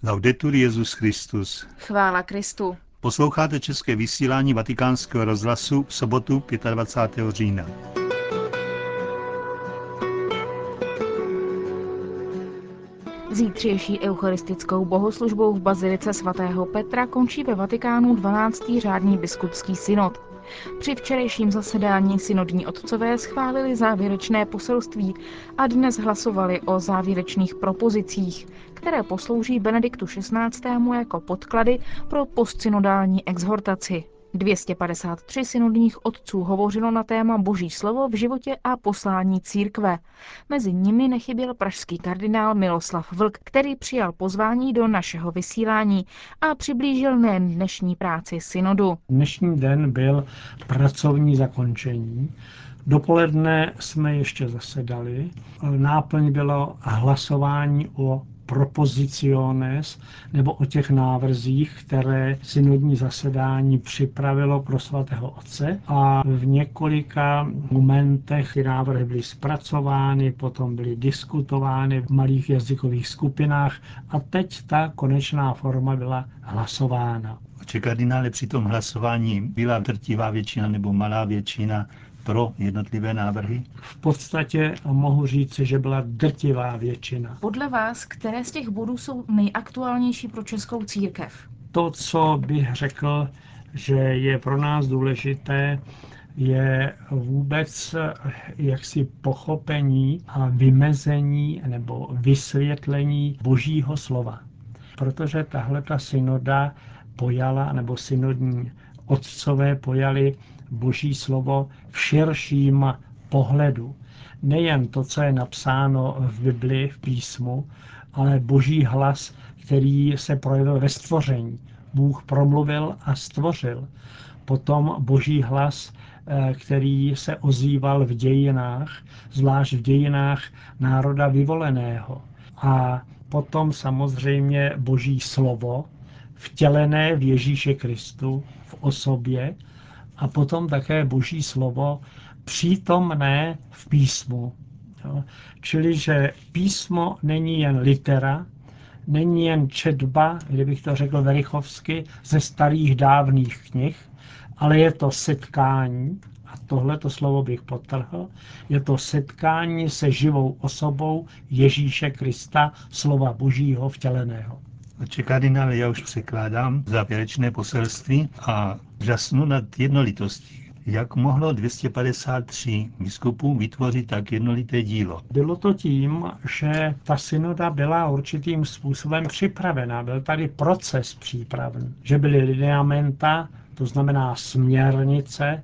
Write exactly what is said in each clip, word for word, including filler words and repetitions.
Laudetur Jesus Christus. Chvála Kristu. Posloucháte české vysílání Vatikánského rozhlasu v sobotu dvacátého pátého října. Zítřejší eucharistickou bohoslužbou v bazilice svatého Petra končí ve Vatikánu dvanáctý řádný biskupský synod. Při včerejším zasedání synodní otcové schválili závěrečné poselství a dnes hlasovali o závěrečných propozicích, které poslouží Benediktu šestnáctému jako podklady pro postsynodální exhortaci. dvě stě padesát tři synodních otců hovořilo na téma Boží slovo v životě a poslání církve. Mezi nimi nechyběl pražský kardinál Miloslav Vlk, který přijal pozvání do našeho vysílání a přiblížil nejen dnešní práci synodu. Dnešní den byl pracovní zakončení. Dopoledne jsme ještě zasedali. Náplň bylo hlasování o propositiones, nebo o těch návrzích, které synodní zasedání připravilo pro svatého otce. A v několika momentech ty návrhy byly zpracovány, potom byly diskutovány v malých jazykových skupinách a teď ta konečná forma byla hlasována. Či kardinále, při tom hlasování byla drtivá většina nebo malá většina pro jednotlivé návrhy? V podstatě mohu říct, že byla drtivá většina. Podle vás, které z těch bodů jsou nejaktuálnější pro českou církev? To, co bych řekl, že je pro nás důležité, je vůbec jaksi pochopení a vymezení nebo vysvětlení Božího slova. Protože tahle ta synoda pojala, nebo synodní otcové pojali Boží slovo v širším pohledu. Nejen to, co je napsáno v Bibli, v písmu, ale Boží hlas, který se projevil ve stvoření. Bůh promluvil a stvořil. Potom Boží hlas, který se ozýval v dějinách, zvlášť v dějinách národa vyvoleného. A potom samozřejmě Boží slovo, vtělené v Ježíši Kristu, v osobě, a potom také Boží slovo přítomné v písmu. Jo. Čili, že písmo není jen litera, není jen četba, kdybych to řekl verichovsky, ze starých dávných knih, ale je to setkání, a tohleto slovo bych podtrhl, je to setkání se živou osobou Ježíše Krista, slova Božího vtěleného. Či kardinále, já už překládám závěrečné poselství a žasnu nad jednolitostí. Jak mohlo dvě stě padesát tři biskupů vytvořit tak jednolité dílo? Bylo to tím, že ta synoda byla určitým způsobem připravena. Byl tady proces přípravný. Že byly lineamenta, to znamená směrnice,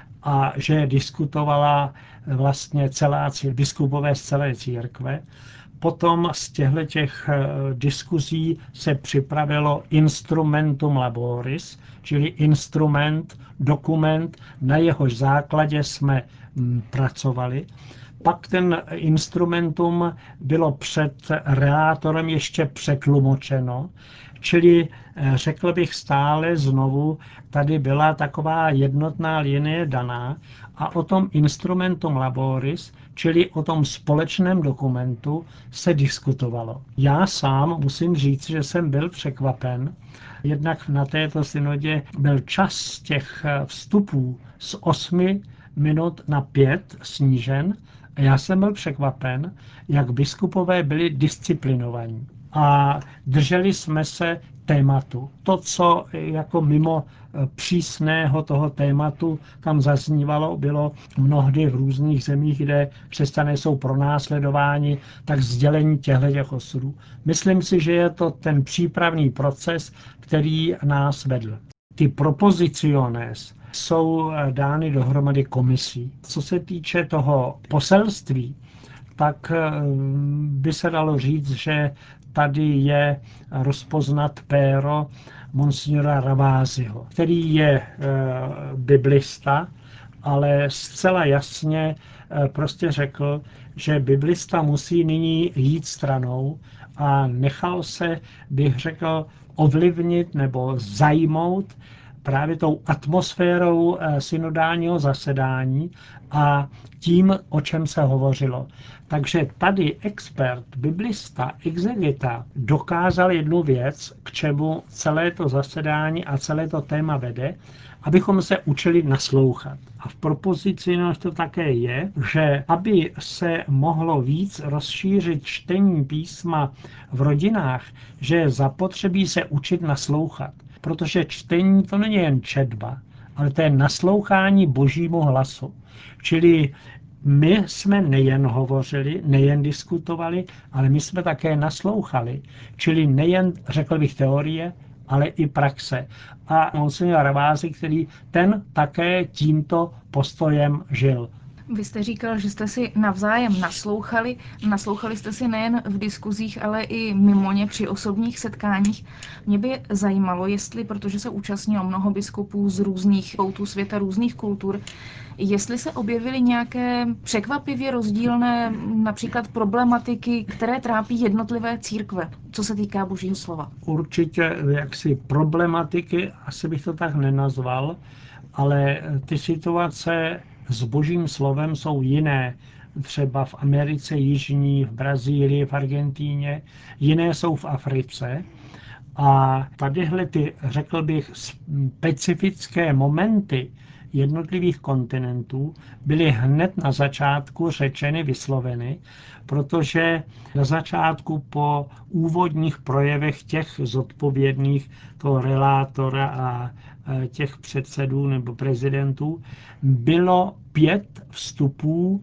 a že diskutovala vlastně celá církev, biskupové z celé církve. Potom z těchto těch diskuzí se připravilo instrumentum laboris, čili instrument, dokument, na jehož základě jsme pracovali. Pak ten instrumentum bylo před relátorem ještě přetlumočeno, čili řekl bych stále znovu, tady byla taková jednotná linie daná a o tom instrumentum laboris, čili o tom společném dokumentu, se diskutovalo. Já sám musím říct, že jsem byl překvapen. Jednak na této synodě byl čas těch vstupů z osmi minut na pět snížen a já jsem byl překvapen, jak biskupové byli disciplinovaní. A drželi jsme se tématu. To, co jako mimo přísného toho tématu tam zaznívalo, bylo mnohdy v různých zemích, kde křesťané jsou pronásledováni, tak sdělení těchto osudů. Myslím si, že je to ten přípravný proces, který nás vedl. Ty propoziciones jsou dány dohromady komisí. Co se týče toho poselství, tak by se dalo říct, že tady je rozpoznat péro monsignora Raváziho, který je e, biblista, ale zcela jasně e, prostě řekl, že biblista musí nyní jít stranou a nechal se, bych řekl, ovlivnit nebo zajmout právě tou atmosférou synodálního zasedání a tím, o čem se hovořilo. Takže tady expert, biblista, exegeta dokázal jednu věc, k čemu celé to zasedání a celé to téma vede, abychom se učili naslouchat. A v propozici no, to také je, že aby se mohlo víc rozšířit čtení písma v rodinách, že je zapotřebí se učit naslouchat. Protože čtení to není jen četba, ale to je naslouchání Božímu hlasu. Čili my jsme nejen hovořili, nejen diskutovali, ale my jsme také naslouchali. Čili nejen, řekl bych, teorie, ale i praxe. A monsignor Ravázy, který ten také tímto postojem žil. Vy jste říkal, že jste si navzájem naslouchali. Naslouchali jste si nejen v diskuzích, ale i mimo ně při osobních setkáních. Mě by zajímalo, jestli, protože se účastnilo mnoho biskupů z různých koutů světa, různých kultur, jestli se objevily nějaké překvapivě rozdílné například problematiky, které trápí jednotlivé církve, co se týká Božího slova. Určitě jaksi problematiky, asi bych to tak nenazval, ale ty situace s Božím slovem jsou jiné. Třeba v Americe Jižní, v Brazílii, v Argentíně, jiné jsou v Africe. A tadyhle ty, řekl bych, specifické momenty jednotlivých kontinentů byly hned na začátku řečeny, vysloveny, protože na začátku po úvodních projevech těch zodpovědných, toho relátora a těch předsedů nebo prezidentů, bylo pět vstupů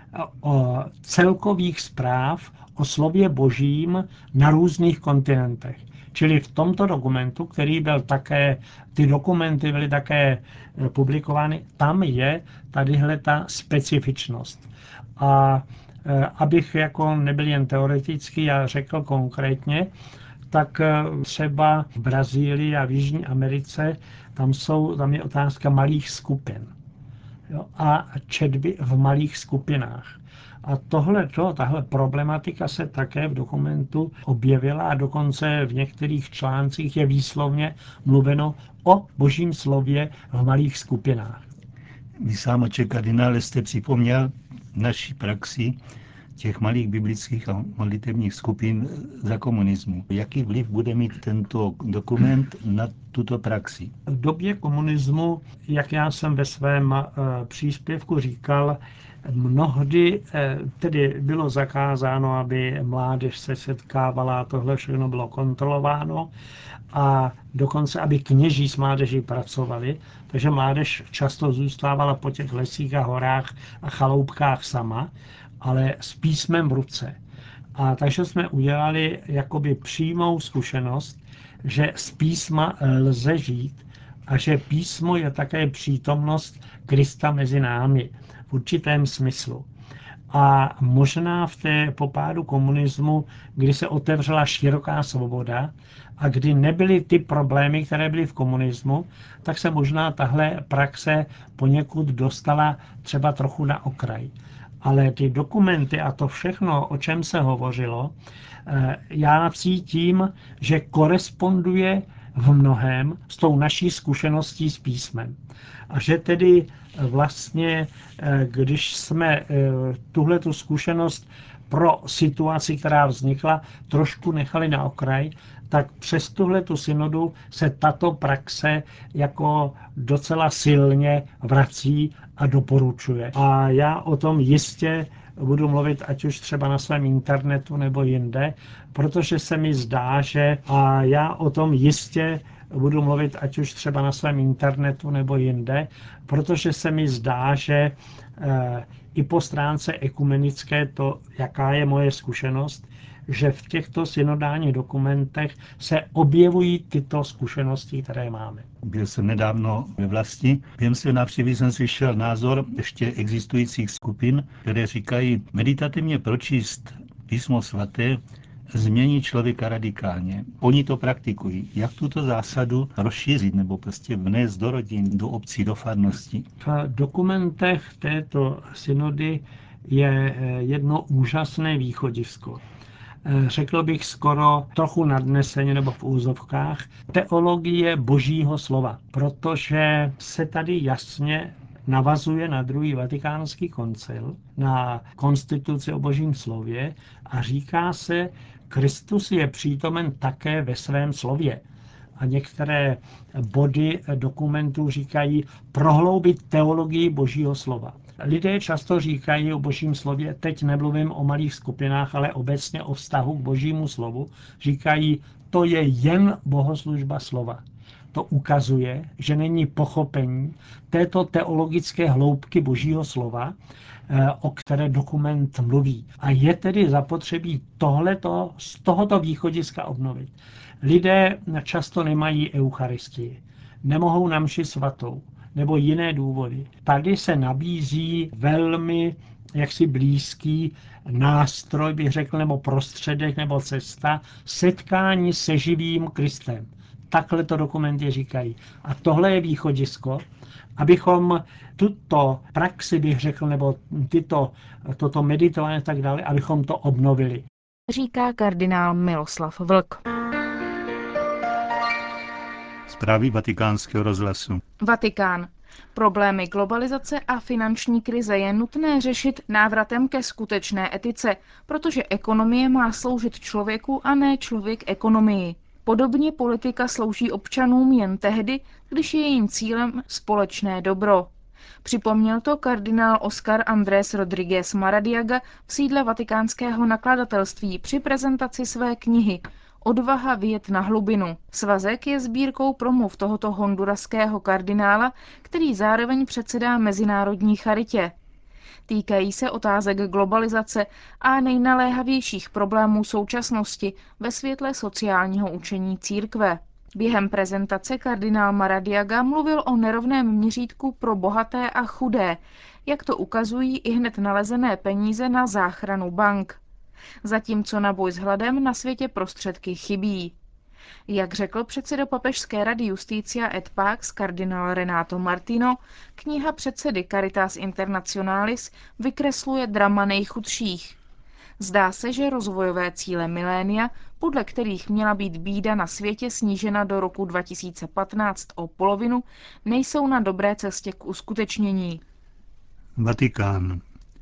o celkových zpráv o slově Božím na různých kontinentech. Čili v tomto dokumentu, který byl také, ty dokumenty byly také publikovány, tam je tadyhle ta specifičnost. A abych jako nebyl jen teoretický a řekl konkrétně, tak třeba v Brazílii a v Jižní Americe tam, jsou, tam je otázka malých skupin. Jo, a četby v malých skupinách. A tohle, tahle problematika se také v dokumentu objevila a dokonce v některých článcích je výslovně mluveno o Božím slově v malých skupinách. Vy sám, otče kardinále, jste připomněl naší praxi těch malých biblických a modlitevních skupin za komunismu. Jaký vliv bude mít tento dokument na tuto praxi? V době komunismu, jak já jsem ve svém příspěvku říkal, mnohdy tedy bylo zakázáno, aby mládež se setkávala, tohle všechno bylo kontrolováno a dokonce, aby kněží s mládeží pracovali, takže mládež často zůstávala po těch lesích a horách a chaloupkách sama, ale s písmem v ruce. A takže jsme udělali jakoby přímou zkušenost, že z písma lze žít a že písmo je také přítomnost Krista mezi námi v určitém smyslu. A možná v té popádu komunismu, kdy se otevřela široká svoboda a kdy nebyly ty problémy, které byly v komunismu, tak se možná tahle praxe poněkud dostala třeba trochu na okraj. Ale ty dokumenty a to všechno, o čem se hovořilo, já cítím, že koresponduje v mnohém s tou naší zkušeností s písmem. A že tedy vlastně, když jsme tuhletu zkušenost pro situaci, která vznikla, trošku nechali na okraj, tak přes tuhletu synodu se tato praxe jako docela silně vrací a doporučuje. A já o tom jistě budu mluvit, ať už třeba na svém internetu nebo jinde, protože se mi zdá, že a já o tom jistě budu mluvit, ať už třeba na svém internetu nebo jinde, protože se mi zdá, že e, i po stránce ekumenické to, jaká je moje zkušenost, že v těchto synodálních dokumentech se objevují tyto zkušenosti, které máme. Byl jsem nedávno ve vlasti, během své návštěvy jsem slyšel názor ještě existujících skupin, které říkají, meditativně pročíst písmo svaté změní člověka radikálně. Oni to praktikují. Jak tuto zásadu rozšířit nebo prostě vnést do rodin, do obcí, do farností? V dokumentech této synody je jedno úžasné východisko. řekl bych skoro trochu nadneseně nebo v úzovkách, teologie Božího slova, protože se tady jasně navazuje na druhý vatikánský koncil, na konstituci o Božím slově a říká se, Kristus je přítomen také ve svém slově. A některé body dokumentů říkají prohloubit teologii Božího slova. Lidé často říkají o Božím slově, teď nemluvím o malých skupinách, ale obecně o vztahu k Božímu slovu, říkají, to je jen bohoslužba slova. To ukazuje, že není pochopení této teologické hloubky Božího slova, o které dokument mluví. A je tedy zapotřebí tohleto, z tohoto východiska obnovit. Lidé často nemají eucharistii, nemohou na mši svatou nebo jiné důvody. Tady se nabízí velmi jaksi blízký nástroj, bych řekl, nebo prostředek, nebo cesta setkání se živým Kristem. Takhle to dokumenty říkají. A tohle je východisko, abychom tuto praxi, bych řekl, nebo tyto, toto meditování a tak dále, abychom to obnovili. Říká kardinál Miloslav Vlk. Zprávy Vatikánského rozhlasu. Vatikán. Problémy globalizace a finanční krize je nutné řešit návratem ke skutečné etice, protože ekonomie má sloužit člověku a ne člověk ekonomii. Podobně politika slouží občanům jen tehdy, když je jejím cílem společné dobro. Připomněl to kardinál Oscar Andrés Rodríguez Maradiaga v sídle vatikánského nakladatelství při prezentaci své knihy Odvaha vyjet na hlubinu. Svazek je sbírkou promluv tohoto honduraského kardinála, který zároveň předsedá Mezinárodní charitě. Týkají se otázek globalizace a nejnaléhavějších problémů současnosti ve světle sociálního učení církve. Během prezentace kardinál Maradiaga mluvil o nerovném měřítku pro bohaté a chudé, jak to ukazují i hned nalezené peníze na záchranu bank. Zatímco na boj s hladem na světě prostředky chybí. Jak řekl předseda papežské rady Justitia et Pax kardinál Renato Martino, kniha předsedy Caritas Internationalis vykresluje drama nejchudších. Zdá se, že rozvojové cíle milénia, podle kterých měla být bída na světě snížena do roku dva tisíce patnáct o polovinu, nejsou na dobré cestě k uskutečnění. Vatikán.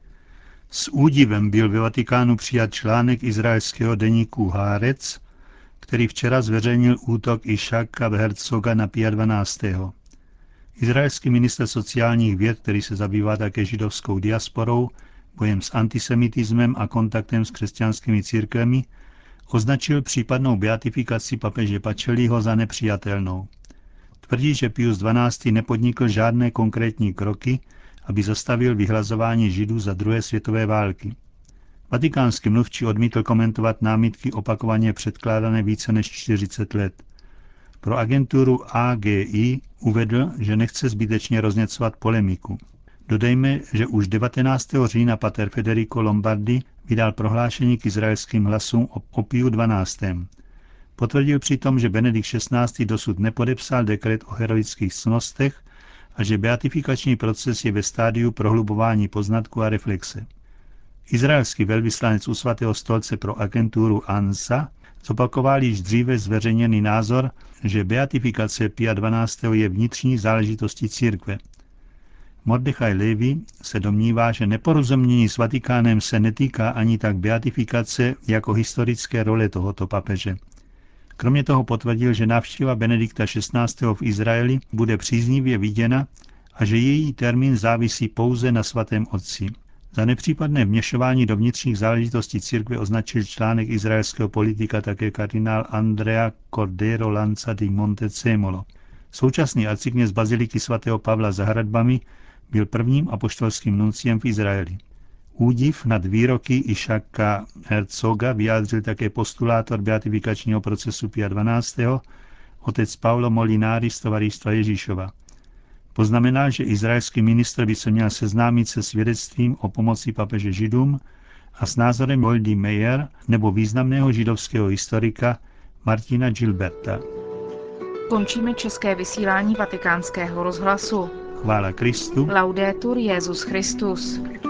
S údivem byl ve Vatikánu přijat článek izraelského deníku Haaretz, který včera zveřejnil útok Išaka Herzoga na Pia dvanáctého. Izraelský ministr sociálních věd, který se zabývá také židovskou diasporou, bojem s antisemitismem a kontaktem s křesťanskými církvemi, označil případnou beatifikaci papeže Pacelliho za nepřijatelnou. Tvrdí, že Pius dvanáctý nepodnikl žádné konkrétní kroky, aby zastavil vyhlazování Židů za druhé světové války. Vatikánský mluvčí odmítl komentovat námitky opakovaně předkládané více než čtyřicet let. Pro agenturu A G I uvedl, že nechce zbytečně rozněcovat polemiku. Dodejme, že už devatenáctého října pater Federico Lombardi vydal prohlášení k izraelským hlasům o Piu dvanáctém. Potvrdil přitom, že Benedikt šestnáctý dosud nepodepsal dekret o heroických ctnostech a že beatifikační proces je ve stádiu prohlubování poznatku a reflexe. Izraelský velvyslanec u svatého stolce pro agenturu ANSA zopakoval již dříve zveřejněný názor, že beatifikace Pia dvanáctého je vnitřní záležitostí církve. Mordechaj Levi se domnívá, že neporozumění s Vatikánem se netýká ani tak beatifikace jako historické role tohoto papeže. Kromě toho potvrdil, že návštěva Benedikta šestnáctého v Izraeli bude příznivě viděna a že její termín závisí pouze na svatém otci. Za nepřípadné vměšování do vnitřních záležitostí církve označil článek izraelského politika také kardinál Andrea Cordero Lanza di Montezemolo. Současný arcikněz baziliky svatého Pavla za hradbami byl prvním apoštolským nunciem v Izraeli. Údiv nad výroky Išaka Herzoga vyjádřil také postulátor beatifikačního procesu Pia dvanáctého otec Paulo Molinari z Tovaristva Ježíšova. Poznamenal, že izraelský ministr by se měl seznámit se svědectvím o pomoci papeže Židům a s názorem Goldy Meir nebo významného židovského historika Martina Gilberta. Končíme české vysílání Vatikánského rozhlasu. Chvála Kristu. Laudetur Jesus Christus.